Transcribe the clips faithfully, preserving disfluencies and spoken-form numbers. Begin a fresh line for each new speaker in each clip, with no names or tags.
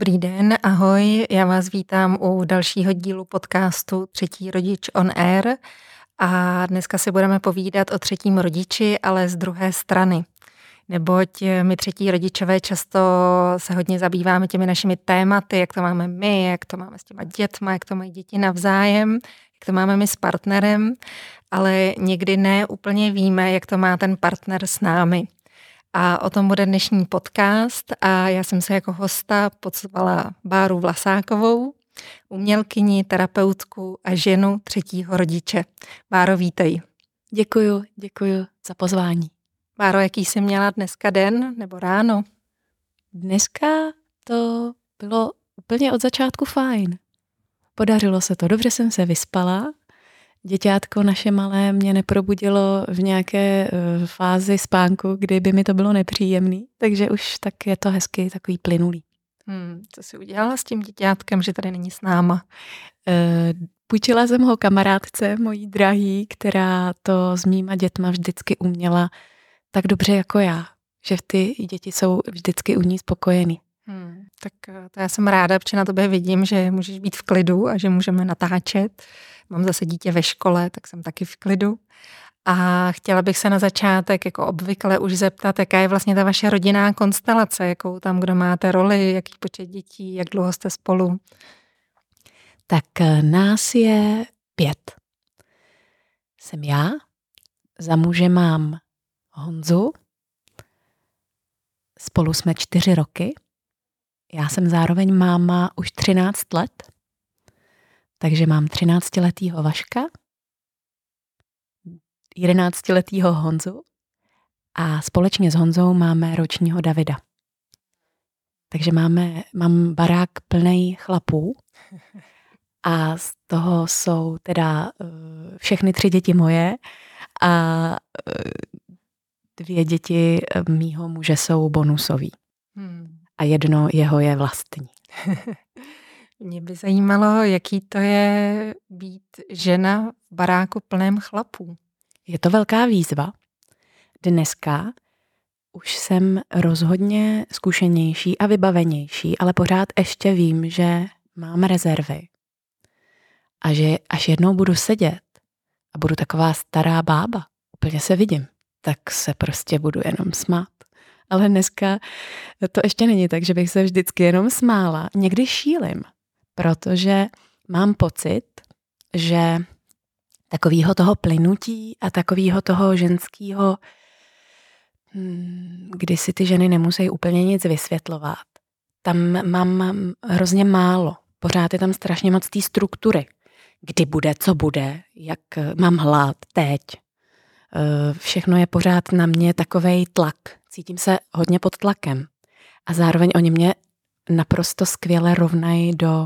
Dobrý den, ahoj, já vás vítám u dalšího dílu podcastu Třetí rodič on air a dneska si budeme povídat o třetím rodiči, ale z druhé strany. Neboť my třetí rodičové často se hodně zabýváme těmi našimi tématy, jak to máme my, jak to máme s těma dětma, jak to mají děti navzájem, jak to máme my s partnerem, ale někdy ne úplně víme, jak to má ten partner s námi. A o tom bude dnešní podcast a já jsem se jako hosta pozvala Báru Vlasákovou, umělkyni, terapeutku a ženu třetího rodiče. Báro, vítej.
Děkuju, děkuju za pozvání.
Báro, jaký jsi měla dneska den nebo ráno?
Dneska to bylo úplně od začátku fajn. Podařilo se to, dobře jsem se vyspala. Děťátko naše malé mě neprobudilo v nějaké uh, fázi spánku, kdy by mi to bylo nepříjemný, takže už tak je to hezky takový plynulý.
Hmm, co jsi udělala s tím děťátkem, že tady není s náma?
Uh, půjčila jsem ho kamarádce, mojí drahý, která to s mýma dětma vždycky uměla tak dobře jako já, že ty děti jsou vždycky u ní spokojený.
Hmm, tak to já jsem ráda, protože na tobě vidím, že můžeš být v klidu a že můžeme natáčet. Mám zase dítě ve škole, tak jsem taky v klidu. A chtěla bych se na začátek, jako obvykle, už zeptat, jaká je vlastně ta vaše rodinná konstelace, jakou tam, kdo máte roli, jaký počet dětí, jak dlouho jste spolu?
Tak nás je pět. Jsem já, za muže mám Honzu, spolu jsme čtyři roky. Já jsem zároveň máma už třináct let, takže mám třináctiletýho Vaška, jedenáctiletýho Honzu a společně s Honzou máme ročního Davida. Takže máme, mám barák plnej chlapů a z toho jsou teda uh, všechny tři děti moje a uh, dvě děti mýho muže jsou bonusový. Hmm. A jedno jeho je vlastní.
Mě by zajímalo, jaký to je být žena v baráku plném chlapů.
Je to velká výzva. Dneska už jsem rozhodně zkušenější a vybavenější, ale pořád ještě vím, že mám rezervy. A že až jednou budu sedět a budu taková stará bába, úplně se vidím, tak se prostě budu jenom smát. Ale dneska to ještě není tak, že bych se vždycky jenom smála. Někdy šílim, protože mám pocit, že takového toho plynutí a takového toho ženského, kdy si ty ženy nemusí úplně nic vysvětlovat, tam mám hrozně málo. Pořád je tam strašně moc té struktury. Kdy bude, co bude, jak mám hlad, teď. Všechno je pořád na mě takovej tlak. Cítím se hodně pod tlakem. A zároveň oni mě naprosto skvěle rovnají do,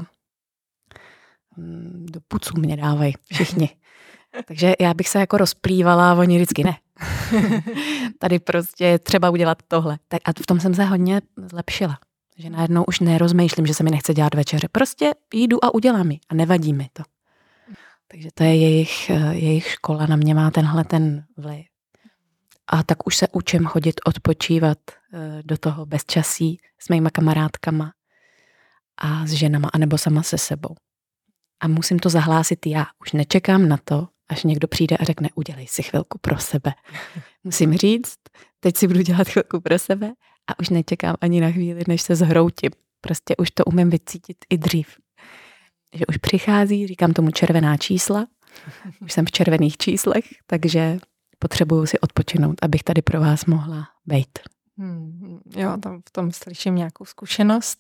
do puců mě dávají všichni. Takže já bych se jako rozplývala a oni vždycky ne. Tady prostě je třeba udělat tohle. Tak a v tom jsem se hodně zlepšila. Že najednou už nerozmýšlím, že se mi nechce dělat večeře. Prostě jdu a udělám ji a nevadí mi to. Takže to je jejich, jejich škola, na mě má tenhle ten vliv. A tak už se učím chodit odpočívat do toho bezčasí s mýma kamarádkama a s ženama, anebo sama se sebou. A musím to zahlásit já. Už nečekám na to, až někdo přijde a řekne, udělej si chvilku pro sebe. Musím říct, teď si budu dělat chvilku pro sebe a už nečekám ani na chvíli, než se zhroutím. Prostě už to umím vycítit i dřív. Že už přichází, říkám tomu červená čísla, už jsem v červených číslech, takže potřebuju si odpočinout, abych tady pro vás mohla být.
Hmm, jo, tam v tom slyším nějakou zkušenost.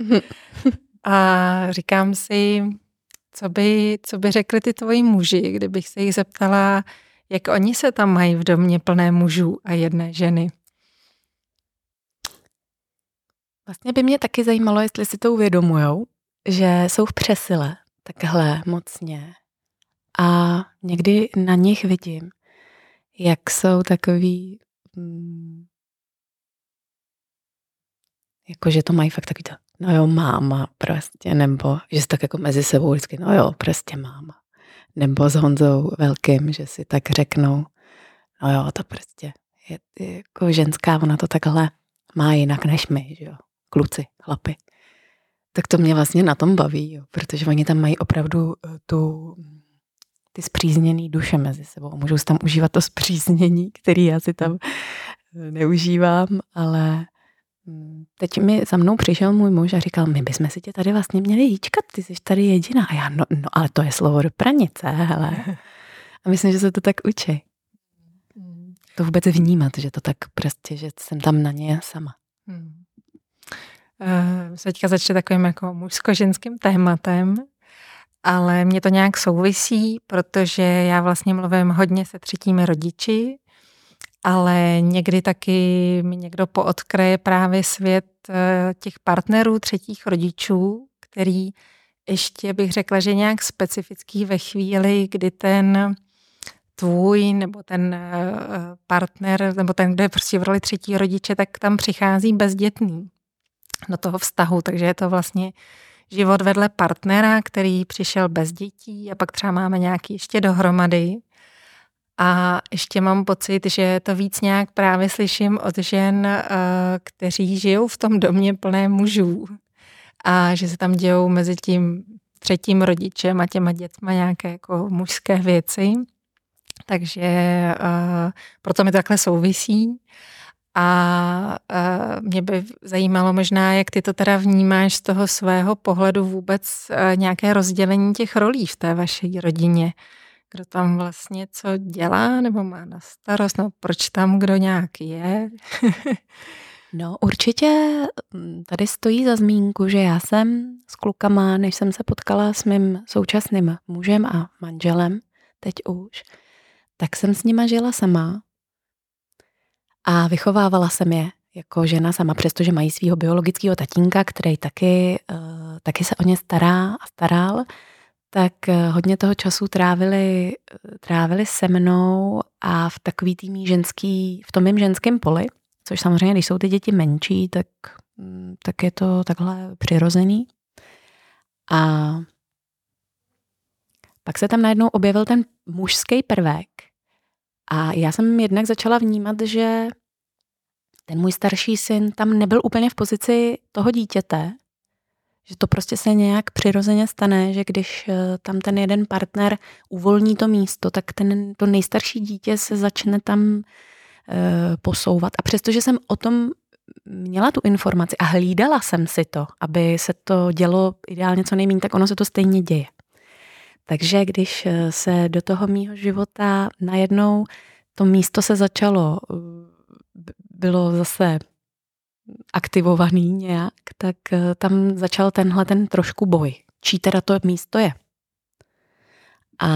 A říkám si, co by, co by řekli ty tvoji muži, kdybych se jich zeptala, jak oni se tam mají v domě plné mužů a jedné ženy.
Vlastně by mě taky zajímalo, jestli si to uvědomujou, že jsou v přesile takhle mocně. A někdy na nich vidím, jak jsou takový, hmm, jako že to mají fakt takový to, no jo, máma prostě, nebo že si tak jako mezi sebou vždycky, no jo, prostě máma. Nebo s Honzou Velkým, že si tak řeknou, no jo, to prostě je, je jako ženská, ona to takhle má jinak než my, že jo, kluci, chlapi. Tak to mě vlastně na tom baví, jo, protože oni tam mají opravdu tu, ty spřízněný duše mezi sebou. Můžou si tam užívat to spříznění, který já si tam neužívám, ale teď mi za mnou přišel můj muž a říkal, my bychom si tě tady vlastně měli hýčkat, ty jsi tady jediná. A já, no, no ale to je slovo do pranice, hele. A myslím, že se to tak učí. To vůbec vnímat, že to tak prostě, že jsem tam na ně sama.
Hmm. Uh, teďka začne takovým jako mužsko-ženským tématem, ale mě to nějak souvisí, protože já vlastně mluvím hodně se třetími rodiči, ale někdy taky mi někdo poodkryje právě svět těch partnerů třetích rodičů, který ještě bych řekla, že nějak specifický ve chvíli, kdy ten tvůj nebo ten partner, nebo ten, kdo je prostě v roli třetí rodiče, tak tam přichází bezdětný do toho vztahu, takže je to vlastně život vedle partnera, který přišel bez dětí a pak třeba máme nějaký ještě dohromady. A ještě mám pocit, že to víc nějak právě slyším od žen, kteří žijou v tom domě plné mužů a že se tam dějou mezi tím třetím rodičem a těma dětma nějaké jako mužské věci. Takže proto mi to takhle souvisí. A mě by zajímalo možná, jak ty to teda vnímáš z toho svého pohledu vůbec nějaké rozdělení těch rolí v té vaší rodině. Kdo tam vlastně co dělá nebo má na starost, no proč tam kdo nějak je?
No určitě tady stojí za zmínku, že já jsem s klukama, než jsem se potkala s mým současným mužem a manželem, teď už, tak jsem s nima žila sama a vychovávala jsem je jako žena sama, přestože mají svého biologického tatínka, který taky, taky se o ně stará a staral, tak hodně toho času trávili, trávili se mnou a v takový tým ženský, v tom mým ženském poli, což samozřejmě, když jsou ty děti menší, tak, tak je to takhle přirozený. A pak se tam najednou objevil ten mužský prvek a já jsem jednak začala vnímat, že ten můj starší syn tam nebyl úplně v pozici toho dítěte, že to prostě se nějak přirozeně stane, že když tam ten jeden partner uvolní to místo, tak ten, to nejstarší dítě se začne tam e, posouvat. A přestože jsem o tom měla tu informaci a hlídala jsem si to, aby se to dělo ideálně co nejméně, tak ono se to stejně děje. Takže když se do toho mýho života najednou to místo se začalo, bylo zase aktivovaný nějak, tak tam začal tenhle ten trošku boj. Čí teda to místo je? A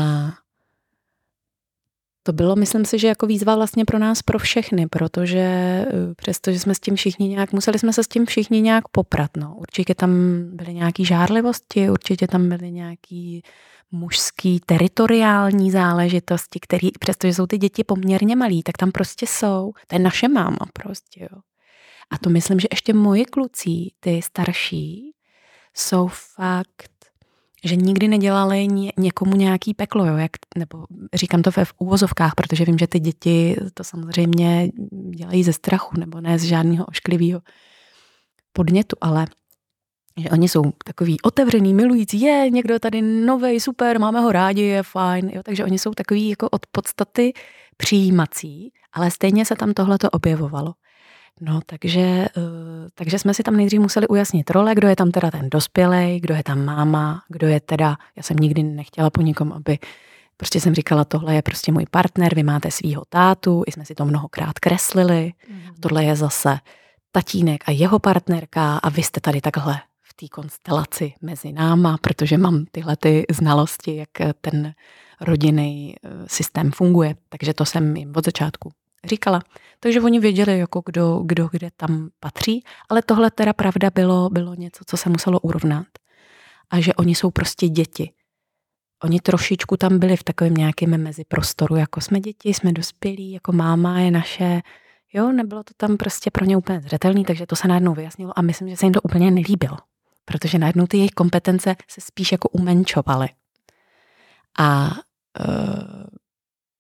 to bylo, myslím si, že jako výzva vlastně pro nás, pro všechny, protože přestože jsme s tím všichni nějak, museli jsme se s tím všichni nějak poprat. No. Určitě tam byly nějaký žárlivosti, určitě tam byly nějaký mužský teritoriální záležitosti, který, přestože jsou ty děti poměrně malí, tak tam prostě jsou. To je naše máma prostě, jo. A to myslím, že ještě moji kluci, ty starší, jsou fakt, že nikdy nedělali ně, někomu nějaký peklo, jo, jak, nebo říkám to ve v úvozovkách, protože vím, že ty děti to samozřejmě dělají ze strachu, nebo ne z žádného ošklivého podnětu, ale že oni jsou takový otevřený, milující, je někdo tady novej, super, máme ho rádi, je fajn, jo, takže oni jsou takový jako od podstaty přijímací, ale stejně se tam tohleto objevovalo. No, takže, takže jsme si tam nejdřív museli ujasnit role, kdo je tam teda ten dospělej, kdo je tam máma, kdo je teda, já jsem nikdy nechtěla po nikom, aby, prostě jsem říkala, tohle je prostě můj partner, vy máte svýho tátu, i jsme si to mnohokrát kreslili, mm. tohle je zase tatínek a jeho partnerka a vy jste tady takhle v té konstelaci mezi náma, protože mám tyhle ty znalosti, jak ten rodinný systém funguje, takže to jsem jim od začátku říkala. Takže oni věděli, jako kdo, kdo kde tam patří, ale tohle teda pravda bylo, bylo něco, co se muselo urovnat. A že oni jsou prostě děti. Oni trošičku tam byli v takovém nějakém meziprostoru, jako jsme děti, jsme dospělí, jako máma je naše, jo, nebylo to tam prostě pro ně úplně zřetelný, takže to se najednou vyjasnilo a myslím, že se jim to úplně nelíbilo, protože najednou ty jejich kompetence se spíš jako umenčovaly. A uh,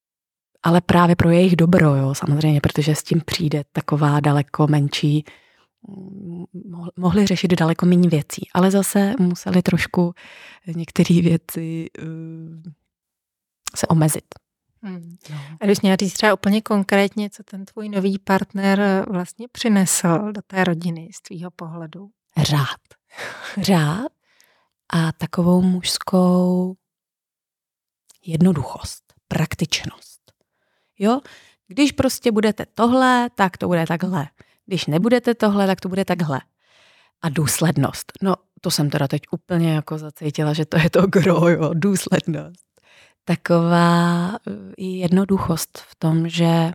ale právě pro jejich dobro, jo, samozřejmě, protože s tím přijde taková daleko menší mohli řešit daleko méně věcí, ale zase museli trošku některé věci uh, se omezit.
Hmm. No. A když měla říct třeba úplně konkrétně, co ten tvůj nový partner vlastně přinesl do té rodiny z tvýho pohledu?
Řád. Řád a takovou mužskou jednoduchost, praktičnost. Jo? Když prostě budete tohle, tak to bude takhle. Když nebudete tohle, tak to bude takhle. A důslednost. No, to jsem teda teď úplně jako zacítila, že to je to gro, jo, důslednost. Taková jednoduchost v tom, že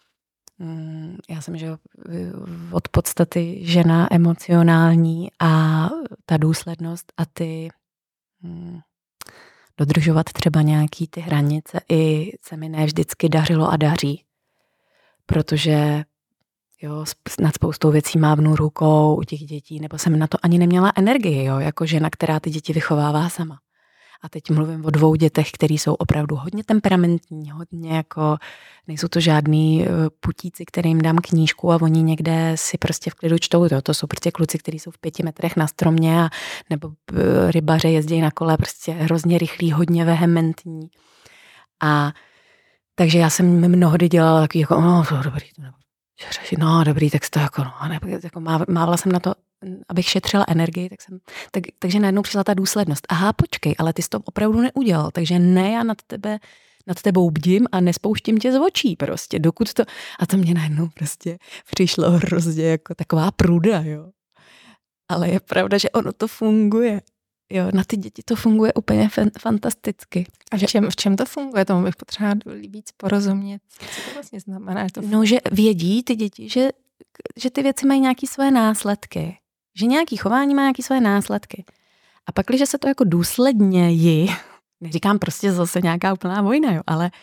mm, já jsem že od podstaty žena emocionální a ta důslednost a ty mm, dodržovat třeba nějaký ty hranice i se mi ne vždycky dařilo a daří. Protože jo, nad spoustou věcí mávnu rukou u těch dětí, nebo jsem na to ani neměla energii, jo, jako žena, která ty děti vychovává sama. A teď mluvím o dvou dětech, který jsou opravdu hodně temperamentní, hodně jako, nejsou to žádný putíci, kterým dám knížku a oni někde si prostě v klidu čtou. To, to jsou prostě kluci, kteří jsou v pěti metrech na stromě a nebo rybaře jezdí na kole, prostě hrozně rychlí, hodně vehementní. A takže já jsem mnohdy dělala takový jako, no, to dobrý, to nebudu řešit, no, dobrý, tak to jako, no, ne, jako mávala jsem na to, abych šetřila energii, tak jsem, tak, takže najednou přišla ta důslednost. Aha, počkej, ale ty jsi to opravdu neudělal, takže ne, já nad tebe, nad tebou bdím a nespouštím tě z očí prostě, dokud to, a to mě najednou prostě přišlo hrozně jako taková pruda, jo. Ale je pravda, že ono to funguje. Jo, na ty děti to funguje úplně fantasticky.
A v čem, v čem to funguje? Tomu bych potřebovala víc porozumět. Co to vlastně znamená? To
no, že vědí ty děti, že, že ty věci mají nějaké své následky. Že nějaký chování má nějaké své následky. A pak, když se to jako důsledně jí, neříkám prostě zase nějaká úplná vojna, jo, ale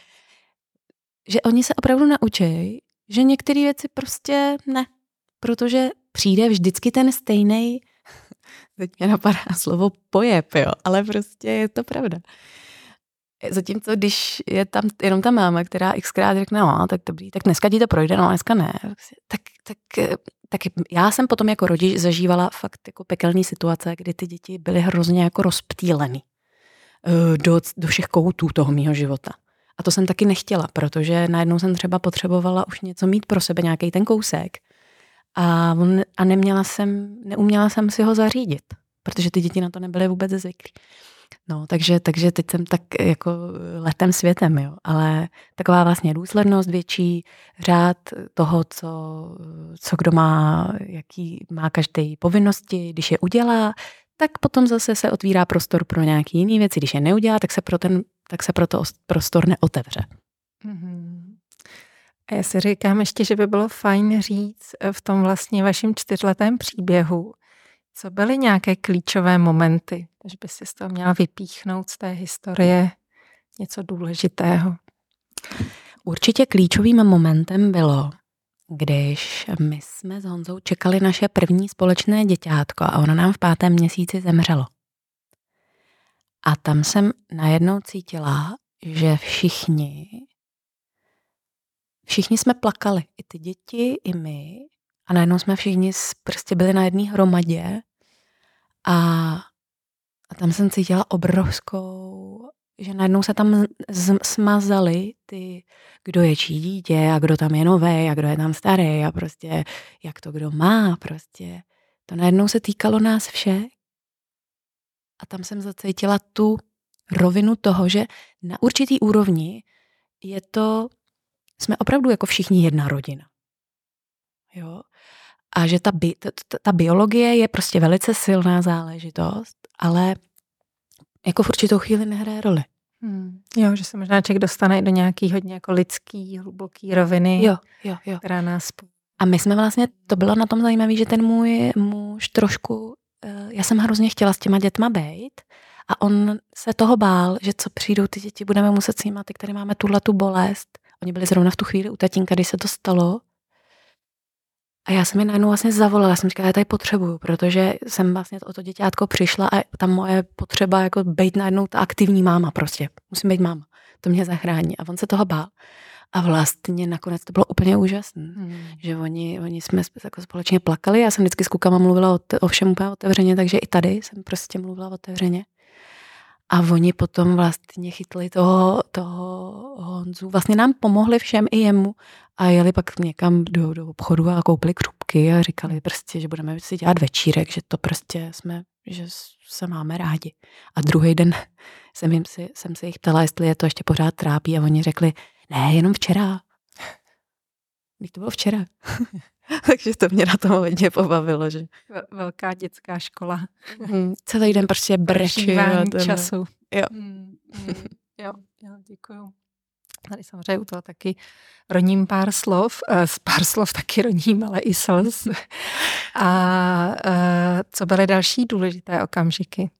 že oni se opravdu naučí, že některé věci prostě ne. Protože přijde vždycky ten stejnej. Teď mě napadá slovo pojeb, jo, ale prostě je to pravda. Zatímco, když je tam jenom ta máma, která xkrát řekne, no, tak dobrý, tak dneska ti to projde, no, dneska ne. Tak, tak, tak já jsem potom jako rodič zažívala fakt jako pekelný situace, kdy ty děti byly hrozně jako rozptýlený do, do všech koutů toho mýho života. A to jsem taky nechtěla, protože najednou jsem třeba potřebovala už něco mít pro sebe, nějaký ten kousek. A, a neměla jsem, neuměla jsem si ho zařídit, protože ty děti na to nebyly vůbec zvyklí. No, takže, takže teď jsem tak jako letem světem, jo. Ale taková vlastně důslednost větší, řád toho, co, co kdo má, jaký má každý povinnosti, když je udělá, tak potom zase se otvírá prostor pro nějaké jiné věci. Když je neudělá, tak se pro, ten, tak se pro to prostor neotevře.
Mm-hmm. A já si říkám ještě, že by bylo fajn říct v tom vlastně vašem čtyřletém příběhu, co byly nějaké klíčové momenty, že by si z toho měla vypíchnout z té historie něco důležitého.
Určitě klíčovým momentem bylo, když my jsme s Honzou čekali naše první společné děťátko a ono nám v pátém měsíci zemřelo. A tam jsem najednou cítila, že všichni Všichni jsme plakali, i ty děti, i my. A najednou jsme všichni prostě byli na jedné hromadě. A, a tam jsem cítila obrovskou, že najednou se tam z, smazali ty, kdo je čí dítě a kdo tam je nový a kdo je tam starý a prostě jak to kdo má prostě. To najednou se týkalo nás všech. A tam jsem zacítila tu rovinu toho, že na určitý úrovni je to jsme opravdu jako všichni jedna rodina. Jo? A že ta, bi, ta, ta, ta biologie je prostě velice silná záležitost, ale jako v určitou chvíli nehraje roli.
Hmm. Jo, že se možná člověk dostane do nějaký hodně jako lidský, hluboký roviny,
jo, jo, jo.
která nás spojí.
A my jsme vlastně, to bylo na tom zajímavé, že ten můj muž trošku, já jsem hrozně chtěla s těma dětma bejt a on se toho bál, že co přijdou ty děti, budeme muset s nima, ty, které máme tuhletu bolest. Oni byli zrovna v tu chvíli u tatínka, když se to stalo. A já jsem je najednou vlastně zavolala. Já jsem říkala, já tady potřebuju, protože jsem vlastně o to děťátko přišla a tam moje potřeba jako být najednou ta aktivní máma prostě. Musím být máma. to mě zachrání. A on se toho bál. A vlastně nakonec to bylo úplně úžasné, hmm. že oni, oni jsme jako společně plakali. Já jsem vždycky s klukama mluvila o, te, o všem úplně otevřeně, takže i tady jsem prostě mluvila otevřeně. A oni potom vlastně chytli toho, toho Honzu. Vlastně nám pomohli všem i jemu a jeli pak někam do, do obchodu a koupili křupky a říkali prostě, že budeme si dělat večírek, že to prostě jsme, že se máme rádi. A druhý den jsem, jim si, jsem se jich ptala, jestli je to ještě pořád trápí a oni řekli, ne, jenom včera. Když to bylo včera. Takže to mě na tom hodně pobavilo, že
velká dětská škola.
Hmm, celý den prostě brečí.
času.
Jo.
Hmm, hmm, jo, jo, děkuju. Tady samozřejmě u toho taky roním pár slov, z pár slov taky roním, ale i slz. A co byly další důležité okamžiky?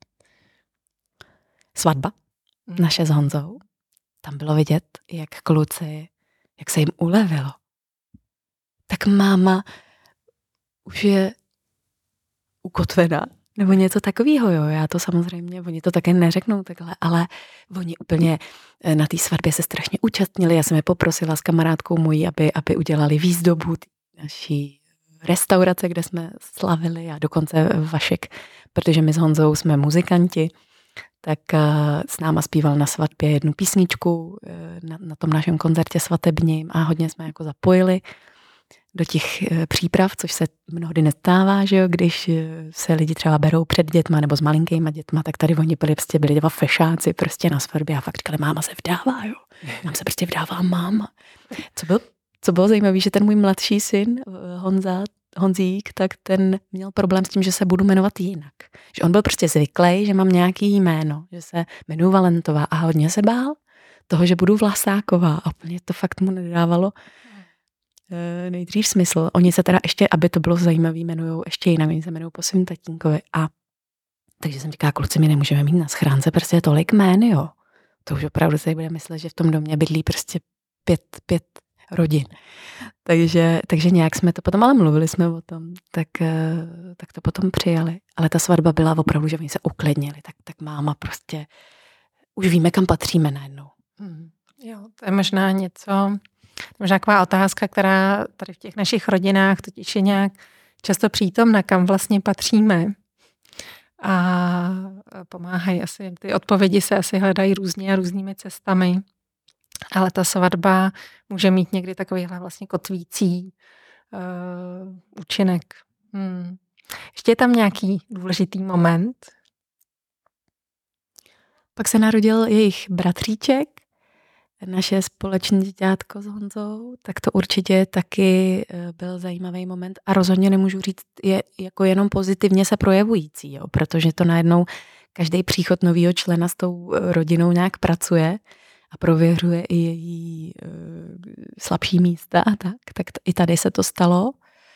Svatba naše s Honzou. Tam bylo vidět, jak kluci, jak se jim ulevilo. Tak máma už je ukotvená, nebo něco takového, jo. Já to samozřejmě, oni to také neřeknou takhle, ale oni úplně na té svatbě se strašně účastnili. Já jsem je poprosila s kamarádkou mojí, aby, aby udělali výzdobu naší restaurace, kde jsme slavili a dokonce Vašek, protože my s Honzou jsme muzikanti, tak s náma zpíval na svatbě jednu písničku na, na tom našem koncertě svatebním a hodně jsme jako zapojili do těch příprav, což se mnohdy nestává, že jo, když se lidi třeba berou před dětma nebo s malinkýma dětma, tak tady oni byli, prostě byli dva fešáci prostě na svatbě a fakt říkali, máma se vdává, jo. Nám se prostě vdává máma. Co bylo, co bylo zajímavé, že ten můj mladší syn, Honza, Honzík, tak ten měl problém s tím, že se budu jmenovat jinak. Že on byl prostě zvyklý, že mám nějaký jméno, že se jmenuji Valentová a hodně se bál toho, že budu Vlasáková a úplně to fakt mu nedávalo e, nejdřív smysl. Oni se teda ještě, aby to bylo zajímavý, jmenujou ještě jinak, oni se jmenují po svým tatínkovi a takže jsem říkala, kluci, my nemůžeme mít na schránce prostě tolik jmén, jo. To už opravdu se bude myslet, že v tom domě bydlí prostě pět, pět rodin. Takže, takže nějak jsme to potom, ale mluvili jsme o tom, tak, tak to potom přijali. Ale ta svatba byla opravdu, že oni se uklidnili, tak, tak máma prostě, už víme, kam patříme najednou.
Hmm. Jo, to je možná něco, možná taková otázka, která tady v těch našich rodinách totiž je nějak často přítomna, kam vlastně patříme. A pomáhají asi, ty odpovědi se asi hledají různě a různými cestami. Ale ta svatba může mít někdy takovýhle vlastně kotvící uh, účinek. Hmm. Ještě je tam nějaký důležitý moment?
Pak se narodil jejich bratříček, naše společné děťátko s Honzou, tak to určitě taky byl zajímavý moment a rozhodně nemůžu říct, je jako jenom pozitivně se projevující, jo, protože to najednou každý příchod nového člena s tou rodinou nějak pracuje a prověřuje i její e, slabší místa a tak, tak t- i tady se to stalo.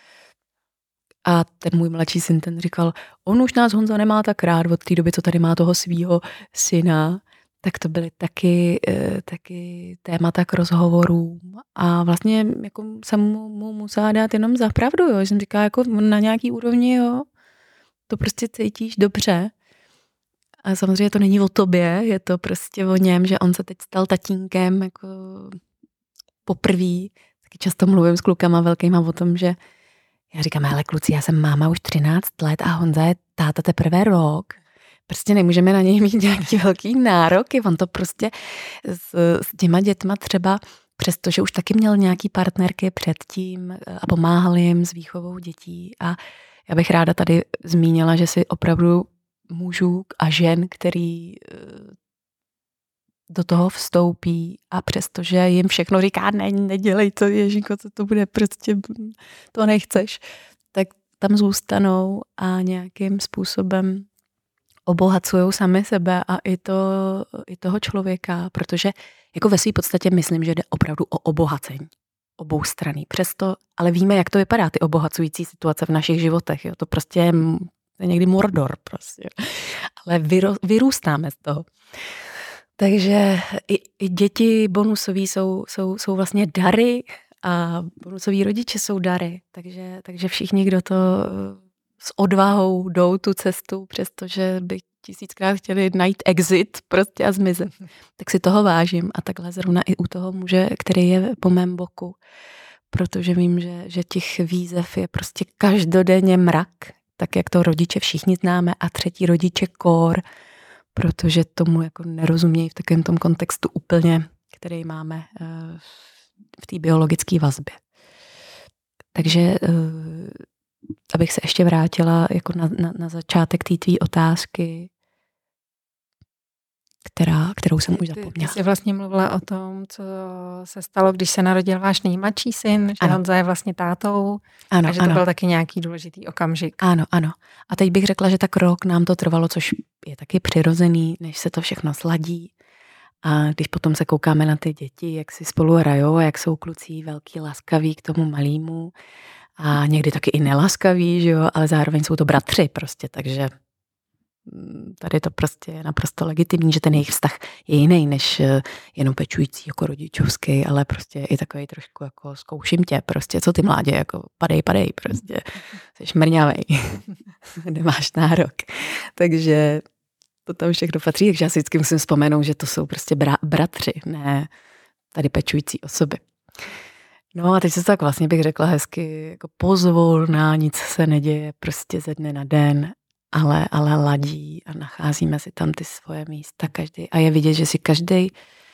A ten můj mladší syn ten říkal, on už nás Honza nemá tak rád od té doby, co tady má toho svýho syna, tak to byly taky, e, taky témata k rozhovorům a vlastně jako jsem mu, mu musela dát jenom za pravdu, jo, jsem říkala, jako na nějaký úrovni, jo, to prostě cítíš dobře. A samozřejmě to není o tobě, je to prostě o něm, že on se teď stal tatínkem jako poprvé. Taky často mluvím s klukama velkýma o tom, že já říkám, ale kluci, já jsem máma už třináct let a Honza je táta teprve rok. Prostě nemůžeme na něj mít nějaký velký nároky. On to prostě s, s těma dětma třeba, přestože už taky měl nějaký partnerky předtím a pomáhal jim s výchovou dětí. A já bych ráda tady zmínila, že si opravdu mužů a žen, který do toho vstoupí a přestože jim všechno říká, ne, nedělej to, Ježíko, co to bude, prostě to nechceš, tak tam zůstanou a nějakým způsobem obohacujou sami sebe a i, to, i toho člověka, protože jako ve své podstatě myslím, že jde opravdu o obohacení obou strany. Přesto, ale víme, jak to vypadá, ty obohacující situace v našich životech. Jo? To prostě je To je někdy Mordor prostě. Ale vyro, vyrůstáme z toho. Takže i, i děti bonusový jsou, jsou, jsou vlastně dary a bonusoví rodiče jsou dary. Takže, takže všichni, kdo to s odvahou jdou tu cestu, přestože by tisíckrát chtěli najít exit prostě a zmizet. Tak si toho vážím a takhle zrovna i u toho muže, který je po mém boku, protože vím, že, že těch výzev je prostě každodenně mrak, tak jak to rodiče všichni známe a třetí rodiče kór, protože tomu jako nerozumějí v takovém tom kontextu úplně, který máme v té biologické vazbě. Takže abych se ještě vrátila jako na, na, na začátek té tvý otázky, která, kterou jsem už zapomněla.
Ty jsi vlastně mluvila o tom, co se stalo, když se narodil váš nejmladší syn, že ano. Honza je vlastně tátou
ano,
a že
ano.
to byl taky nějaký důležitý okamžik.
Ano, ano. A teď bych řekla, že tak rok nám to trvalo, což je taky přirozený, než se to všechno sladí. A když potom se koukáme na ty děti, jak si spolu hrajou a jak jsou kluci velký, laskaví k tomu malýmu a někdy taky i nelaskaví, že jo, ale zároveň jsou to bratři prostě, takže tady to prostě je naprosto legitimní, že ten jejich vztah je jiný než jenom pečující jako rodičovský, ale prostě i takový trošku jako zkouším tě, prostě co ty mládě, jako padej, padej, prostě jsi šmrňavej, nemáš nárok. Takže to tam všechno patří, takže já si vždycky musím vzpomenout, že to jsou prostě bra- bratři, ne tady pečující osoby. No a teď se to tak vlastně bych řekla hezky, jako pozvolná, nic se neděje prostě ze dne na den, ale, ale ladí a nacházíme si tam ty svoje místa každý. A je vidět, že si každý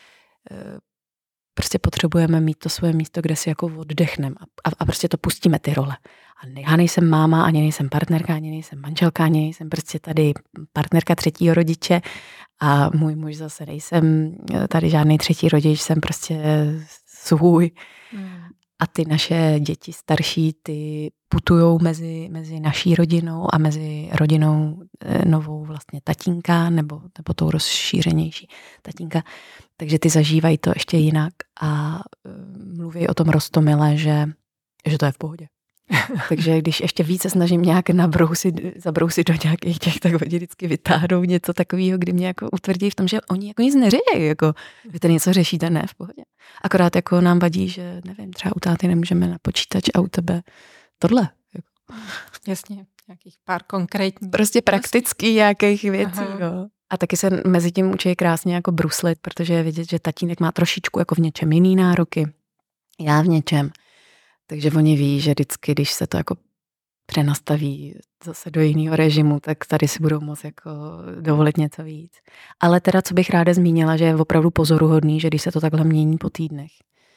prostě potřebujeme mít to svoje místo, kde si jako oddechneme a, a prostě to pustíme ty role. A já nejsem máma, ani nejsem partnerka, ani nejsem manželka, ani nejsem prostě tady partnerka třetího rodiče a můj muž zase nejsem tady žádný třetí rodič, jsem prostě svůj. Hmm. A ty naše děti starší, ty putujou mezi, mezi naší rodinou a mezi rodinou novou vlastně tatínka nebo, nebo tou rozšířenější tatínka. Takže ty zažívají to ještě jinak a mluví o tom roztomile, že, že to je v pohodě. Takže když ještě více snažím nějak nabrousit, zabrousit do nějakých těch, tak oni vždycky vytáhnou něco takového, kdy mě jako utvrdí v tom, že oni jako nic neřeší, jako vy tady něco řešíte, ne, v pohodě. Akorát jako nám vadí, že nevím, třeba u táty nemůžeme na počítač a u tebe tohle. Jako.
Jasně, nějakých pár konkrétních.
Prostě praktický nějakých věcí, jo. A taky se mezi tím učí krásně jako bruslit, protože je vidět, že tatínek má trošičku jako v něčem jiný nároky, já v něčem. Takže oni ví, že vždycky, když se to jako přenastaví zase do jiného režimu, tak tady si budou moct jako dovolit něco víc. Ale teda, co bych ráda zmínila, že je opravdu pozoruhodný, že když se to takhle mění po týdnech,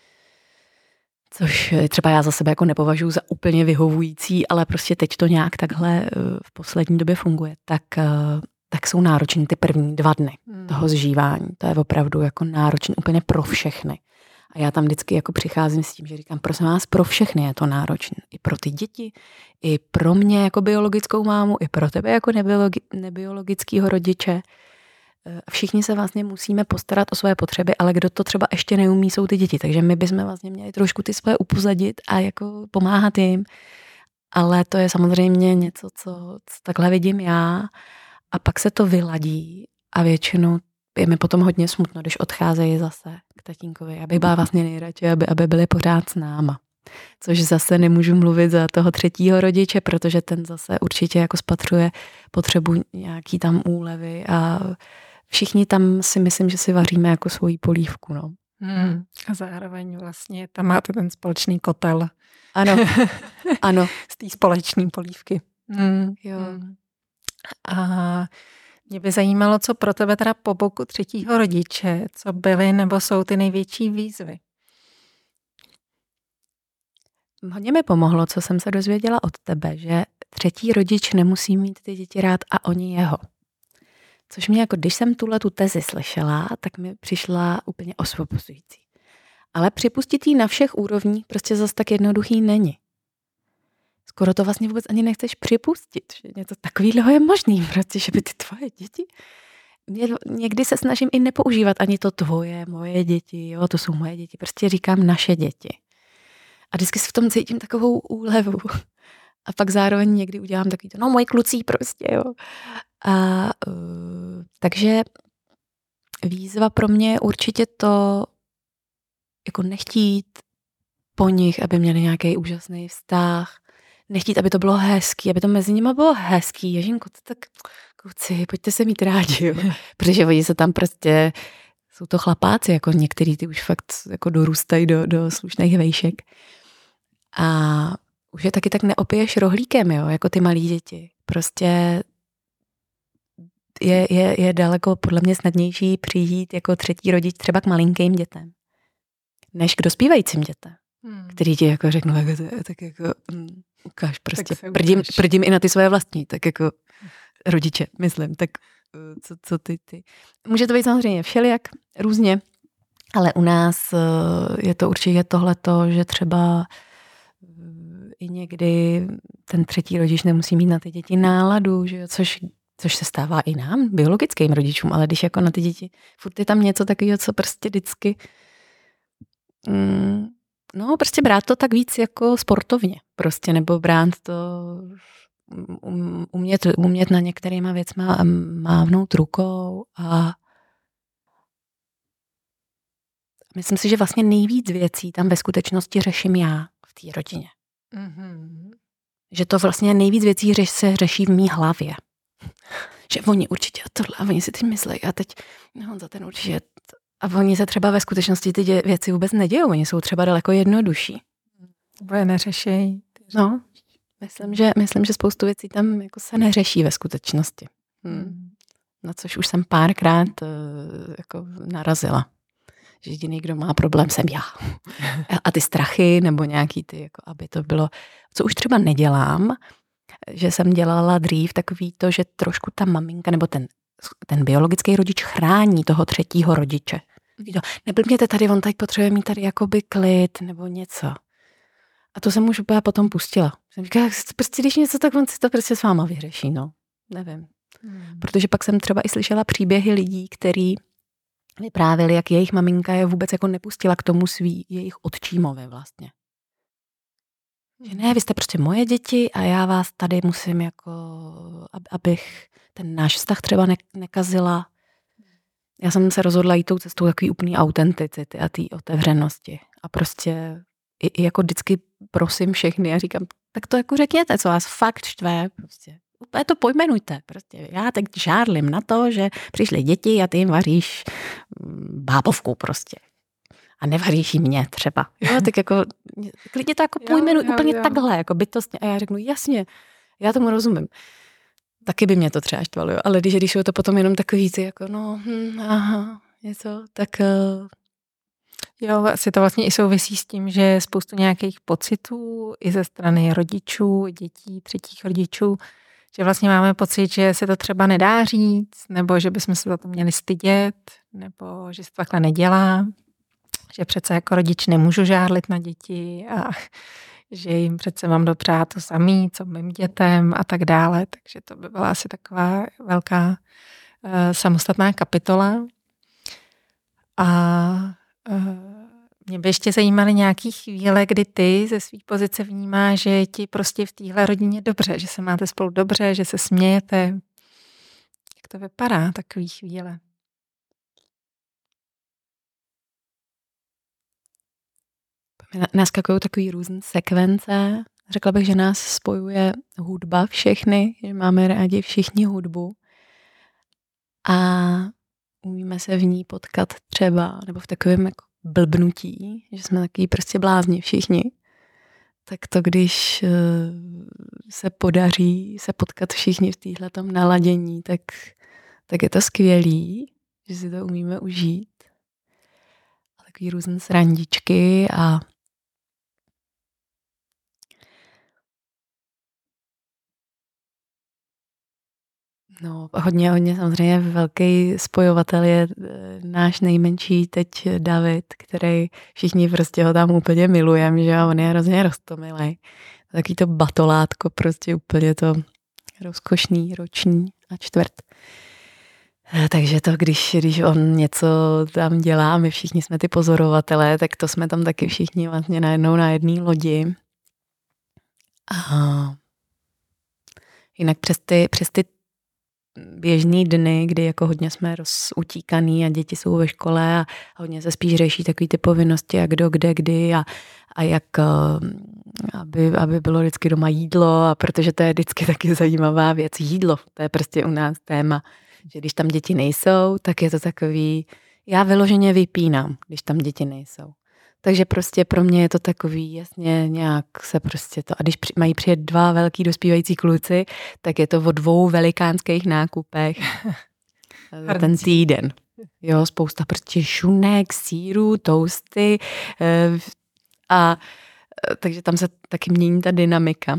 což třeba já za sebe jako nepovažuji za úplně vyhovující, ale prostě teď to nějak takhle v poslední době funguje, tak, tak jsou náročný ty první dva dny hmm. toho zžívání. To je opravdu jako náročný úplně pro všechny. A já tam vždycky jako přicházím s tím, že říkám, prosím vás, pro všechny je to náročné. I pro ty děti, i pro mě jako biologickou mámu, i pro tebe jako nebiologi- nebiologického rodiče. Všichni se vlastně musíme postarat o své potřeby, ale kdo to třeba ještě neumí, jsou ty děti. Takže my bychom vlastně měli trošku ty svoje upozadit a jako pomáhat jim. Ale to je samozřejmě něco, co, co takhle vidím já. A pak se to vyladí a většinou je mi potom hodně smutno, když odcházejí zase k tatínkovi. Já bych byla vlastně nejradši, aby, aby byli pořád s náma. Což zase nemůžu mluvit za toho třetího rodiče, protože ten zase určitě jako spatřuje potřebu nějaký tam úlevy a všichni tam si myslím, že si vaříme jako svoji polívku. No.
Hmm. A zároveň vlastně tam máte ten společný kotel.
Ano, ano.
Z té společné polívky. Hmm.
Jo.
A mě by zajímalo, co pro tebe teda po boku třetího rodiče, co byly nebo jsou ty největší výzvy?
Hodně mi pomohlo, co jsem se dozvěděla od tebe, že třetí rodič nemusí mít ty děti rád a oni jeho. Což mě jako, když jsem tuhle tu tezi slyšela, tak mi přišla úplně osvobozující. Ale připustit ji na všech úrovních prostě zase tak jednoduchý není. Skoro to vlastně vůbec ani nechceš připustit, že něco takového je možný, protože by ty tvoje děti... Někdy se snažím i nepoužívat ani to tvoje, moje děti, jo, to jsou moje děti, prostě říkám naše děti. A vždycky si v tom cítím takovou úlevu. A pak zároveň někdy udělám takový to, no moji klucí prostě, jo. A uh, takže výzva pro mě je určitě to, jako nechtít po nich, aby měli nějaký úžasný vztah, nechtít, aby to bylo hezký, aby to mezi nimi bylo hezký. Ježinku, to tak kluci, pojďte se mít rádi, jo. Protože oni se tam prostě, jsou to chlapáci, jako některý ty už fakt jako dorůstají do, do slušných vejšek. A už je taky tak neopiješ rohlíkem, jo, jako ty malí děti. Prostě je, je, je daleko podle mě snadnější přijít jako třetí rodič třeba k malinkým dětem, než k dospívajícím dětem, hmm. který ti jako řeknou, jako, tak jako mm, ukáž prostě, prdím, prdím i na ty své vlastní, tak jako rodiče, myslím, tak co, co ty, ty. Může to být samozřejmě všelijak, různě, ale u nás je to určitě tohleto, že třeba i někdy ten třetí rodič nemusí mít na ty děti náladu, že jo, což, což se stává i nám, biologickým rodičům, ale když jako na ty děti, furt je tam něco takového, co prostě vždycky, mm, no prostě brát to tak víc jako sportovně, prostě, nebo brát to, um, umět, umět na některýma věcma mávnout rukou a myslím si, že vlastně nejvíc věcí tam ve skutečnosti řeším já v té rodině. Mm-hmm. Že to vlastně nejvíc věcí řeš, se řeší v mý hlavě. Že oni určitě tohle a oni si teď myslí a teď no, za ten určitě a oni se třeba ve skutečnosti ty dě, věci vůbec nedějou, oni jsou třeba daleko jednodušší.
Nebo je neřešejí.
No, myslím, že, myslím, že spoustu věcí tam jako se neřeší ve skutečnosti. Hmm. Na což už jsem párkrát uh, jako narazila. Že jediný, kdo má problém, jsem já. A ty strachy, nebo nějaký ty, jako aby to bylo, co už třeba nedělám, že jsem dělala dřív takový to, že trošku ta maminka, nebo ten, ten biologický rodič chrání toho třetího rodiče. Neblbněte tady, on tady potřebuje mít tady jakoby klid, nebo něco. A to jsem už úplně potom pustila. Jsem říkala, prostě když něco, tak on si to prostě s váma vyřeší, no. Nevím. Hmm. Protože pak jsem třeba i slyšela příběhy lidí, který vyprávěli, jak jejich maminka je vůbec jako nepustila k tomu svý, jejich otčímovi vlastně. Že ne, vy jste prostě moje děti a já vás tady musím jako, abych ten náš vztah třeba ne, nekazila. Já jsem se rozhodla jít tou cestou takový úplný autenticity a té otevřenosti. A prostě i, i jako vždycky prosím všechny a říkám, tak to jako řekněte, co vás fakt štve, prostě. Úplně to pojmenujte. Prostě já teď žárlim na to, že přišly děti a ty jim vaříš bábovku prostě. A nevaříš jí mě třeba. Jo, tak jako, klidně to jako pojmenuj jo, úplně jo. takhle, jako bytostně. A já řeknu, jasně, já tomu rozumím. Taky by mě to třeba štvalo, jo. Ale když, když je to potom jenom takový, jako no, hm, aha, něco, tak... Uh...
Jo, asi to vlastně i souvisí s tím, že spoustu nějakých pocitů i ze strany rodičů, dětí, třetích rodičů, že vlastně máme pocit, že se to třeba nedá říct, nebo že bychom se za to měli stydět, nebo že se to takhle nedělá, že přece jako rodič nemůžu žárlit na děti a že jim přece mám dopřát to samý, co mým dětem a tak dále. Takže to by byla asi taková velká uh, samostatná kapitola. A uh, mě by ještě zajímaly nějaký chvíle, kdy ty ze svý pozice vnímáš, že ti prostě v téhle rodině dobře, že se máte spolu dobře, že se smějete. Jak to vypadá, takový chvíle?
Naskakují takový různé sekvence. Řekla bych, že nás spojuje hudba všechny, že máme rádi všichni hudbu. A umíme se v ní potkat třeba, nebo v takovém jako blbnutí, že jsme takový prostě blázni všichni. Tak to, když se podaří se potkat všichni v téhletom naladění, tak, tak je to skvělý, že si to umíme užít. A takový různé srandičky a no, hodně, hodně samozřejmě velký spojovatel je náš nejmenší teď David, který všichni prostě ho tam úplně milujeme, že on je hrozně roztomilej. Taký to batolátko, prostě úplně to rozkošný, roční a čtvrt. Takže to, když, když on něco tam dělá, my všichni jsme ty pozorovatelé, tak to jsme tam taky všichni vlastně najednou na jedné lodi. A jinak přes ty, přes ty běžný dny, kdy jako hodně jsme rozutíkaný a děti jsou ve škole a hodně se spíš řeší takový ty povinnosti, jak kdo, kde, kdy a, a jak, aby, aby bylo vždycky doma jídlo a protože to je vždycky taky zajímavá věc. Jídlo, to je prostě u nás téma, že když tam děti nejsou, tak je to takový, já vyloženě vypínám, když tam děti nejsou. Takže prostě pro mě je to takový, jasně, nějak se prostě to, a když při, mají přijet dva velký dospívající kluci, tak je to o dvou velikánských nákupech za ten týden. Jo, spousta prostě šunek, sýrů, toasty a takže tam se taky mění ta dynamika.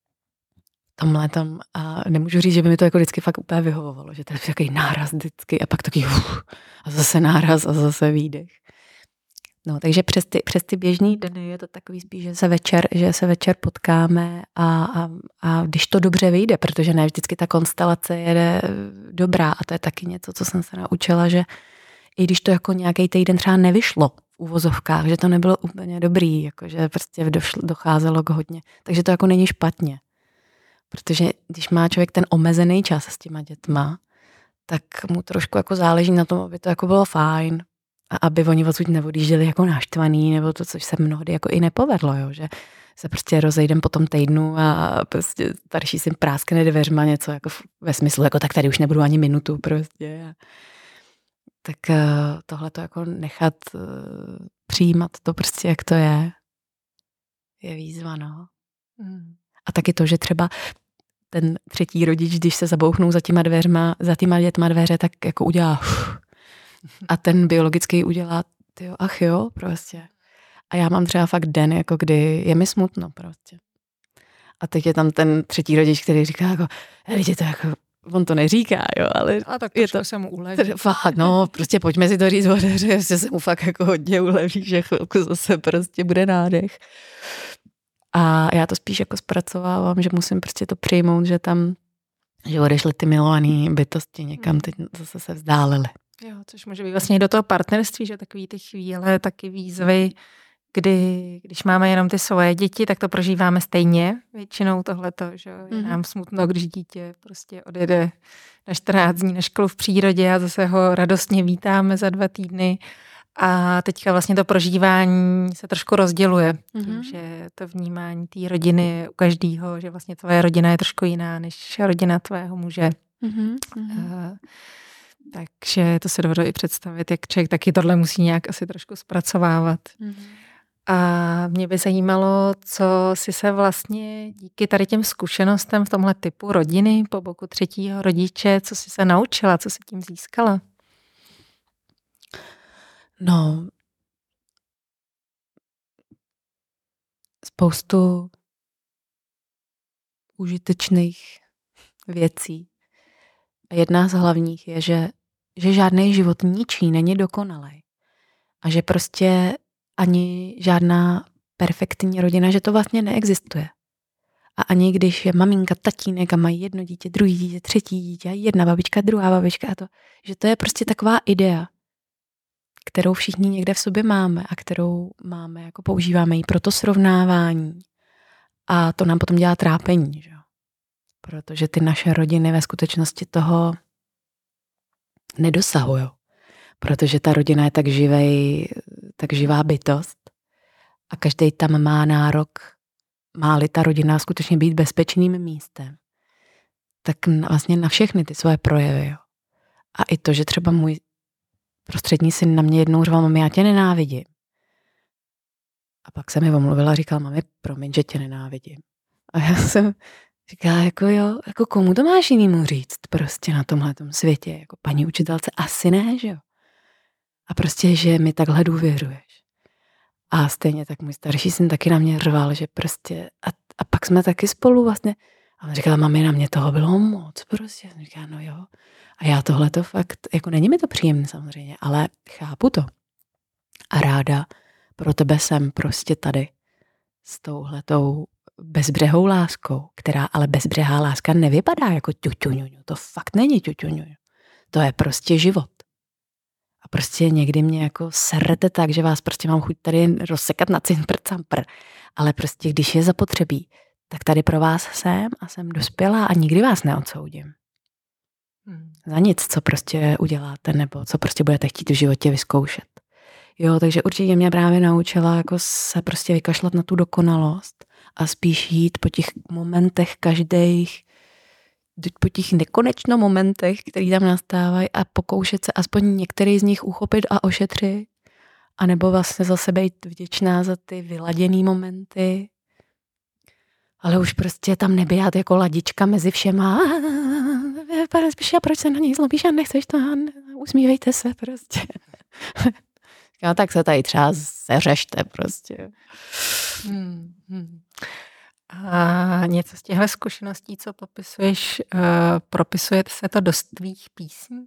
Tomhle tam a nemůžu říct, že by mi to jako vždycky fakt úplně vyhovovalo, že to je takový náraz vždycky a pak taky uf, a zase náraz a zase výdech. No, takže přes ty, přes ty běžný dny je to takový spíš, že se večer, že se večer potkáme a, a, a když to dobře vyjde, protože ne vždycky ta konstelace je dobrá a to je taky něco, co jsem se naučila, že i když to jako nějaký týden třeba nevyšlo v uvozovkách, že to nebylo úplně dobrý, jakože prostě došlo, docházelo k hodně, takže to jako není špatně. Protože když má člověk ten omezený čas s těma dětma, tak mu trošku jako záleží na tom, aby to jako bylo fajn. A aby oni odsud neodjížděli jako náštvaný, nebo to, což se mnohdy jako i nepovedlo, jo, že se prostě rozejdem po tom týdnu a prostě starší si práskne dveřma něco jako ve smyslu, jako tak tady už nebudu ani minutu prostě. Tak tohle to jako nechat přijímat to prostě, jak to je, je výzva, no. Hmm. A taky to, že třeba ten třetí rodič, když se zabouchnou za těma dveřma, za těma dětma dveře, tak jako udělá a ten biologický udělá, tyjo, ach jo, prostě. A já mám třeba fakt den, jako kdy je mi smutno prostě. A teď je tam ten třetí rodič, který říká jako, lidi to jako, on to neříká, jo, ale
a tak
je to
se mu uleví.
Fakt, no, prostě pojďme si to říct hoře, že se mu fakt jako hodně uleví, že chvilku zase prostě bude nádech. A já to spíš jako zpracovávám, že musím prostě to přijmout, že tam, že odešly ty milované bytosti někam, teď zase se vzdálily.
Jo, což může být vlastně do toho partnerství, že takový ty chvíle, taky výzvy, kdy, když máme jenom ty svoje děti, tak to prožíváme stejně. Většinou tohleto, že je nám smutno, když dítě prostě odjede na čtrnáct dní na školu v přírodě a zase ho radostně vítáme za dva týdny. A teďka vlastně to prožívání se trošku rozděluje, mm-hmm. tím, že to vnímání té rodiny je u každého, že vlastně tvoje rodina je trošku jiná než rodina tvého muže. Mm-hmm. Uh, takže to se dovedu i představit, jak člověk taky tohle musí nějak asi trošku zpracovávat. Mm-hmm. A mě by zajímalo, co si se vlastně díky tady těm zkušenostem v tomhle typu rodiny po boku třetího rodiče, co jsi se naučila, co jsi tím získala?
No, spoustu užitečných věcí. A jedna z hlavních je, že, že žádný život ničí není dokonalý. A že prostě ani žádná perfektní rodina, že to vlastně neexistuje. A ani když je maminka, tatínek a mají jedno dítě, druhý dítě, třetí dítě a jedna babička, druhá babička a to, že to je prostě taková idea, kterou všichni někde v sobě máme a kterou máme, jako používáme ji pro to srovnávání. A to nám potom dělá trápení, že jo? Protože ty naše rodiny ve skutečnosti toho nedosahují. Protože ta rodina je tak živej, tak živá bytost a každý tam má nárok, má-li ta rodina skutečně být bezpečným místem, tak vlastně na všechny ty svoje projevy. Jo? A i to, že třeba můj prostřední syn na mě jednou řval, mami, já tě nenávidím. A pak se mi omluvila a říkala, mami, promiň, že tě nenávidím. A já jsem říkala, jako jo, jako komu to máš jinýmu říct prostě na tomhletom světě, jako paní učitelce, asi ne, že jo. A prostě, že mi takhle důvěřuješ. A stejně tak můj starší syn taky na mě řval, že prostě, a, a pak jsme taky spolu vlastně, a on říkala, mami, na mě toho bylo moc, prostě. A říkala, no jo. A já tohle to fakt, jako není mi to příjemné samozřejmě, ale chápu to. A ráda pro tebe jsem prostě tady s touhletou bezbřehou láskou, která ale bezbřehá láska nevypadá jako ťuťuňuňu. To fakt není ťuťuňuňu. To je prostě život. A prostě někdy mě jako serete tak, že vás prostě mám chuť tady rozsekat na cimpr campr. Ale prostě když je zapotřebí, tak tady pro vás jsem a jsem dospělá a nikdy vás neodsoudím. Hmm. Za nic, co prostě uděláte, nebo co prostě budete chtít v životě vyzkoušet. Jo, takže určitě mě právě naučila jako se prostě vykašlat na tu dokonalost a spíš jít po těch momentech každých, po těch nekonečno momentech, který tam nastávají a pokoušet se aspoň některý z nich uchopit a ošetřit. A nebo vlastně za sebe být vděčná za ty vyladěný momenty. Ale už prostě tam neběhat jako ladička mezi všema. Pane spíš, a proč se na něj zlobíš a nechceš to? Usmívejte se prostě. No, tak se tady třeba seřešte prostě.
Hmm, hmm. A něco z těchto zkušeností, co popisuješ, uh, propisuje se to do tvých písní?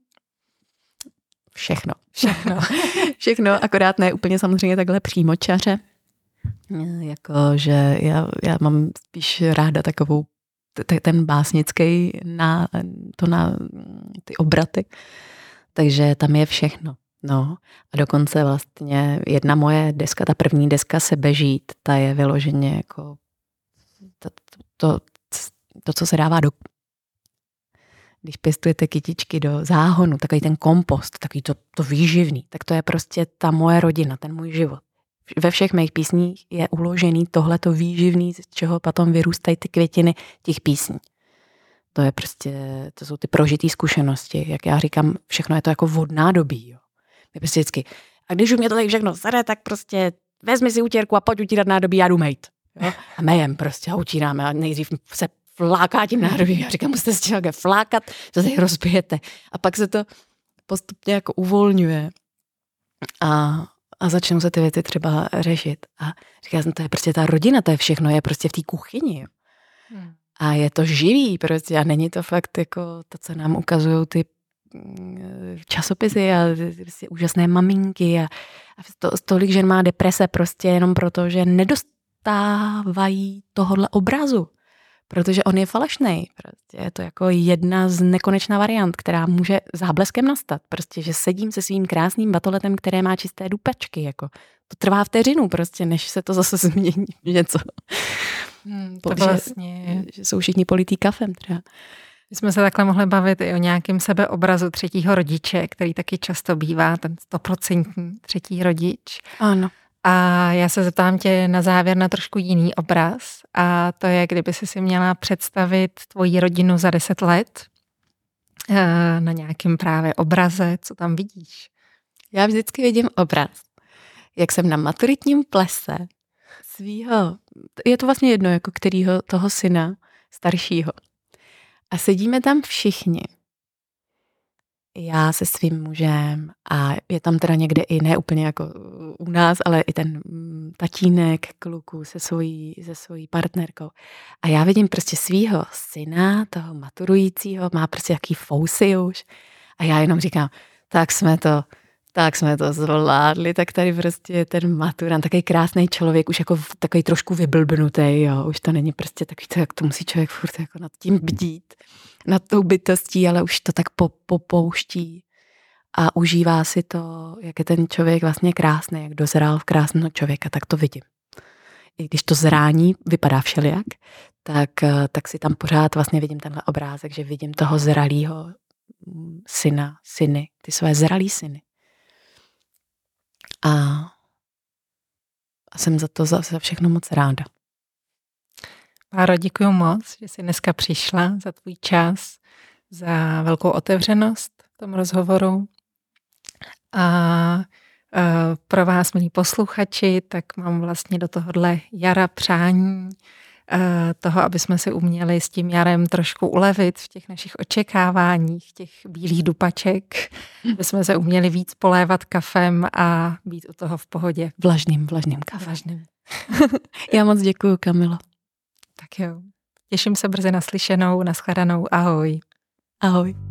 Všechno.
Všechno.
Všechno, akorát ne úplně samozřejmě takhle přímočaře. Jako, že já, já mám spíš ráda takovou t- ten básnický na, to na ty obraty. Takže tam je všechno. No a dokonce vlastně jedna moje deska, ta první deska Sebežít, ta je vyloženě jako to, to, to, to co se dává do... Když pěstujete kytičky do záhonu, takový ten kompost, takový to, to výživný, tak to je prostě ta moje rodina, ten můj život. Ve všech mých písních je uložený tohleto výživný, z čeho potom vyrůstají ty květiny těch písní. To je prostě, to jsou ty prožitý zkušenosti. Jak já říkám, všechno je to jako vodná dobí. Jo. Je prostě vždycky. A když už mě to tady všechno sere, tak prostě vezmi si utěrku a pojď utírat nádobí, já jdu mejt. Jo. A mejem prostě a utíráme a nejdřív se fláká tím nádobí. Já říkám, musíte si nějaké flákat, to tady rozbijete. A pak se to postupně jako uvolňuje. A A začnou se ty věci třeba řešit. A říká jsem, to je prostě ta rodina, to je všechno, je prostě v té kuchyni. Jo. Hmm. A je to živý prostě a není to fakt jako to, co nám ukazují ty časopisy a prostě úžasné maminky a, a to, tolik žen má deprese prostě jenom proto, že nedostávají tohohle obrazu. Protože on je falešnej. Prostě je to jako jedna z nekonečná variant, která může zábleskem nastat. Prostě, že sedím se svým krásným batoletem, které má čisté dupačky. Jako. To trvá vteřinu prostě, než se to zase změní něco.
Hmm, to že, vlastně...
že jsou všichni politý kafem třeba.
My jsme se takhle mohli bavit i o nějakém sebeobrazu třetího rodiče, který taky často bývá ten stoprocentní třetí rodič.
Ano.
A já se zeptám tě na závěr na trošku jiný obraz a to je, kdyby jsi si měla představit tvoji rodinu za deset let na nějakém právě obraze, co tam vidíš?
Já vždycky vidím obraz, jak jsem na maturitním plese svýho, je to vlastně jedno, jako kterýho toho syna staršího. A sedíme tam všichni. Já se svým mužem a je tam teda někde i ne úplně jako u nás, ale i ten tatínek kluku se svojí, se svojí partnerkou. A já vidím prostě svýho syna, toho maturujícího, má prostě jaký fousy už. A já jenom říkám, tak jsme to, tak jsme to zvládli, tak tady prostě je ten maturant, takový krásný člověk, už jako takový trošku vyblbnutý, jo. Už to není prostě takový, to, jak to musí člověk furt jako nad tím bdít. Nad tou bytostí, ale už to tak popouští a užívá si to, jak je ten člověk vlastně krásný, jak dozrál v krásného člověka, tak to vidím. I když to zrání vypadá všelijak, tak, tak si tam pořád vlastně vidím tenhle obrázek, že vidím toho zralýho syna, syny, ty své zralý syny. A, a jsem za to za, za všechno moc ráda.
Báro, děkuji moc, že jsi dneska přišla, za tvůj čas, za velkou otevřenost v tom rozhovoru. A, a pro vás, milí posluchači, tak mám vlastně do tohohle jara přání toho, aby jsme si uměli s tím jarem trošku ulevit v těch našich očekáváních, těch bílých dupaček, aby jsme se uměli víc polévat kafem a být u toho v pohodě.
Vlažným, vlažným kafem.
Vlažným.
Já moc děkuju, Kamilo.
Tak jo. Těším se brzy naslyšenou, nashledanou. Ahoj.
Ahoj.